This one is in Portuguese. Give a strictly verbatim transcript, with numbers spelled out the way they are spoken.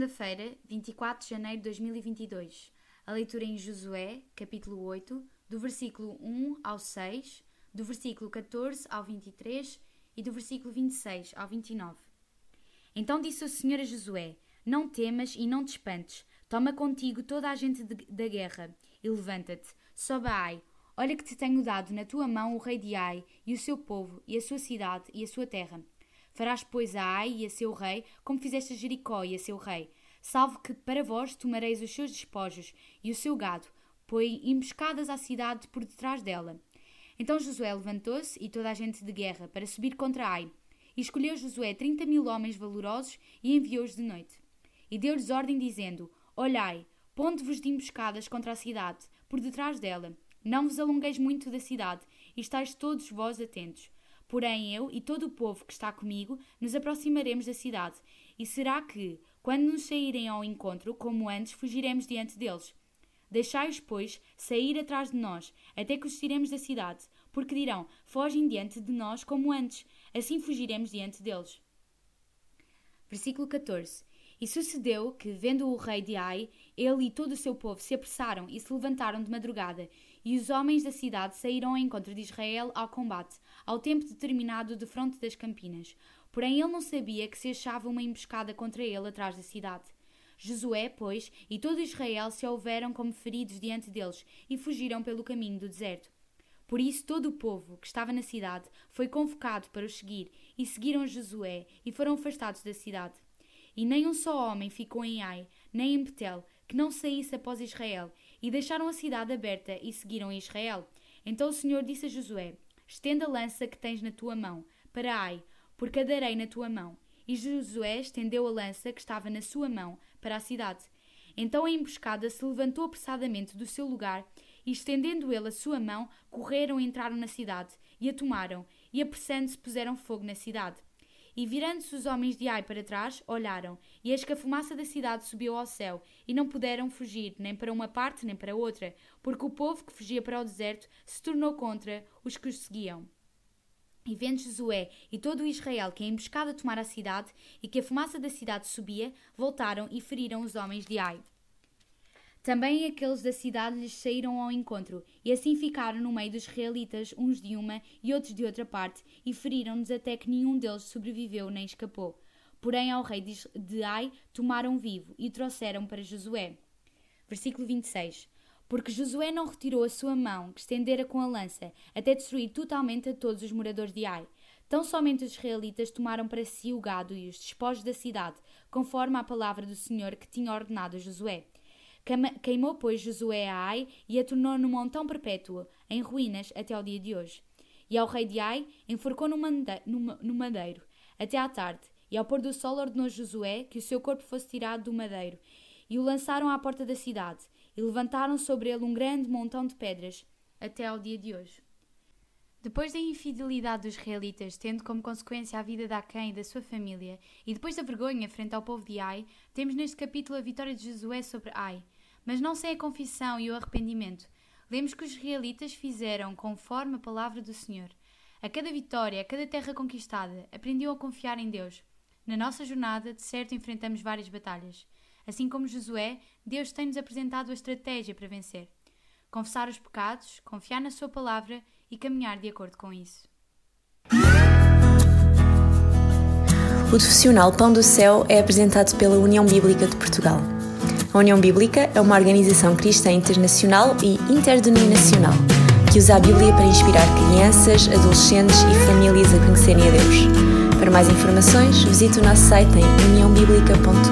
Segunda-feira, vinte e quatro de janeiro de dois mil e vinte e dois. A leitura em Josué, capítulo oito, do versículo um ao seis, do versículo catorze ao vinte e três e do versículo vinte e seis ao vinte e nove. Então disse o Senhor a Josué: Não temas e não te espantes, toma contigo toda a gente de, da guerra, e levanta-te, sobe a Ai. Olha que te tenho dado na tua mão o rei de Ai, e o seu povo, e a sua cidade, e a sua terra. Farás, pois, a Ai e a seu rei, como fizeste a Jericó e a seu rei. Salvo que para vós tomareis os seus despojos e o seu gado, põe emboscadas à cidade por detrás dela. Então Josué levantou-se e toda a gente de guerra para subir contra Ai. E escolheu Josué trinta mil homens valorosos e enviou-os de noite. E deu-lhes ordem dizendo: Olhai, ponde-vos de emboscadas contra a cidade, por detrás dela. Não vos alongueis muito da cidade, e estáis todos vós atentos. Porém eu e todo o povo que está comigo nos aproximaremos da cidade, e será que, quando nos saírem ao encontro, como antes, fugiremos diante deles. Deixai-os, pois, sair atrás de nós, até que os tiremos da cidade, porque dirão: fogem diante de nós como antes, assim fugiremos diante deles. Versículo catorze. E sucedeu que, vendo o rei de Ai, ele e todo o seu povo se apressaram e se levantaram de madrugada, e os homens da cidade saíram ao encontro de Israel ao combate, ao tempo determinado defronte das campinas. Porém ele não sabia que se achava uma emboscada contra ele atrás da cidade. Josué, pois, e todo Israel se houveram como feridos diante deles, e fugiram pelo caminho do deserto. Por isso todo o povo que estava na cidade foi convocado para os seguir, e seguiram Josué, e foram afastados da cidade. E nem um só homem ficou em Ai, nem em Betel, que não saísse após Israel, e deixaram a cidade aberta e seguiram Israel. Então o Senhor disse a Josué: Estenda a lança que tens na tua mão, para Ai, porque a darei na tua mão. E Josué estendeu a lança que estava na sua mão para a cidade. Então a emboscada se levantou apressadamente do seu lugar, e estendendo ele a sua mão, correram e entraram na cidade, e a tomaram, e apressando-se puseram fogo na cidade. E virando-se os homens de Ai para trás, olharam, e eis que a fumaça da cidade subiu ao céu, e não puderam fugir, nem para uma parte nem para outra, porque o povo que fugia para o deserto se tornou contra os que os seguiam. E vendo Josué e todo o Israel que a emboscada tomara a cidade, e que a fumaça da cidade subia, voltaram e feriram os homens de Ai. Também aqueles da cidade lhes saíram ao encontro, e assim ficaram no meio dos israelitas, uns de uma e outros de outra parte, e feriram-nos até que nenhum deles sobreviveu nem escapou. Porém ao rei de Ai tomaram vivo e o trouxeram para Josué. Versículo vinte e seis. Porque Josué não retirou a sua mão, que estendera com a lança, até destruir totalmente a todos os moradores de Ai. Tão somente os israelitas tomaram para si o gado e os despojos da cidade, conforme a palavra do Senhor que tinha ordenado a Josué. Queimou, pois, Josué a Ai e a tornou num montão perpétuo, em ruínas até ao dia de hoje. E ao rei de Ai enforcou no madeiro, até à tarde, e ao pôr do sol ordenou Josué que o seu corpo fosse tirado do madeiro, e o lançaram à porta da cidade, e levantaram sobre ele um grande montão de pedras, até ao dia de hoje. Depois da infidelidade dos israelitas, tendo como consequência a vida de Acã e da sua família, e depois da vergonha frente ao povo de Ai, temos neste capítulo a vitória de Josué sobre Ai, mas não sem a confissão e o arrependimento. Lemos que os israelitas fizeram conforme a palavra do Senhor. A cada vitória, a cada terra conquistada, aprendiam a confiar em Deus. Na nossa jornada, de certo, enfrentamos várias batalhas. Assim como Josué, Deus tem-nos apresentado a estratégia para vencer. Confessar os pecados, confiar na sua palavra e caminhar de acordo com isso. O Devocional Pão do Céu é apresentado pela União Bíblica de Portugal. A União Bíblica é uma organização cristã internacional e interdenominacional que usa a Bíblia para inspirar crianças, adolescentes e famílias a conhecerem a Deus. Para mais informações, visite o nosso site em união biblica ponto